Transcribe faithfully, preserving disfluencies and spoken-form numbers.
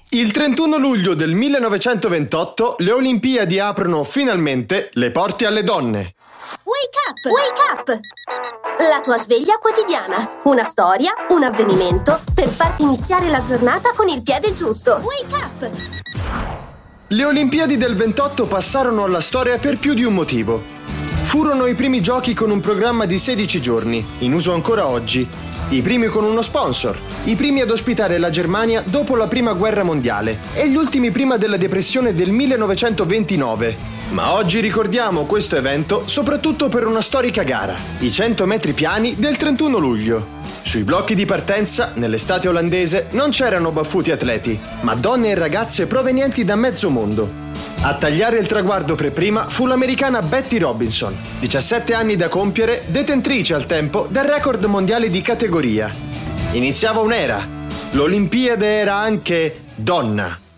Il trentuno luglio del millenovecentoventotto le Olimpiadi aprono finalmente le porte alle donne. Wake up! Wake up! La tua sveglia quotidiana. Una storia, un avvenimento per farti iniziare la giornata con il piede giusto. Wake up! Le Olimpiadi del ventotto passarono alla storia per più di un motivo. Furono i primi giochi con un programma di sedici giorni, in uso ancora oggi. I primi con uno sponsor, i primi ad ospitare la Germania dopo la Prima Guerra Mondiale e gli ultimi prima della depressione del millenovecentoventinove. Ma oggi ricordiamo questo evento soprattutto per una storica gara, i cento metri piani del trentuno luglio. Sui blocchi di partenza, nell'estate olandese, non c'erano baffuti atleti, ma donne e ragazze provenienti da mezzo mondo. A tagliare il traguardo per prima fu l'americana Betty Robinson, diciassette anni da compiere, detentrice al tempo del record mondiale di categoria. Iniziava un'era. L'Olimpiade era anche donna.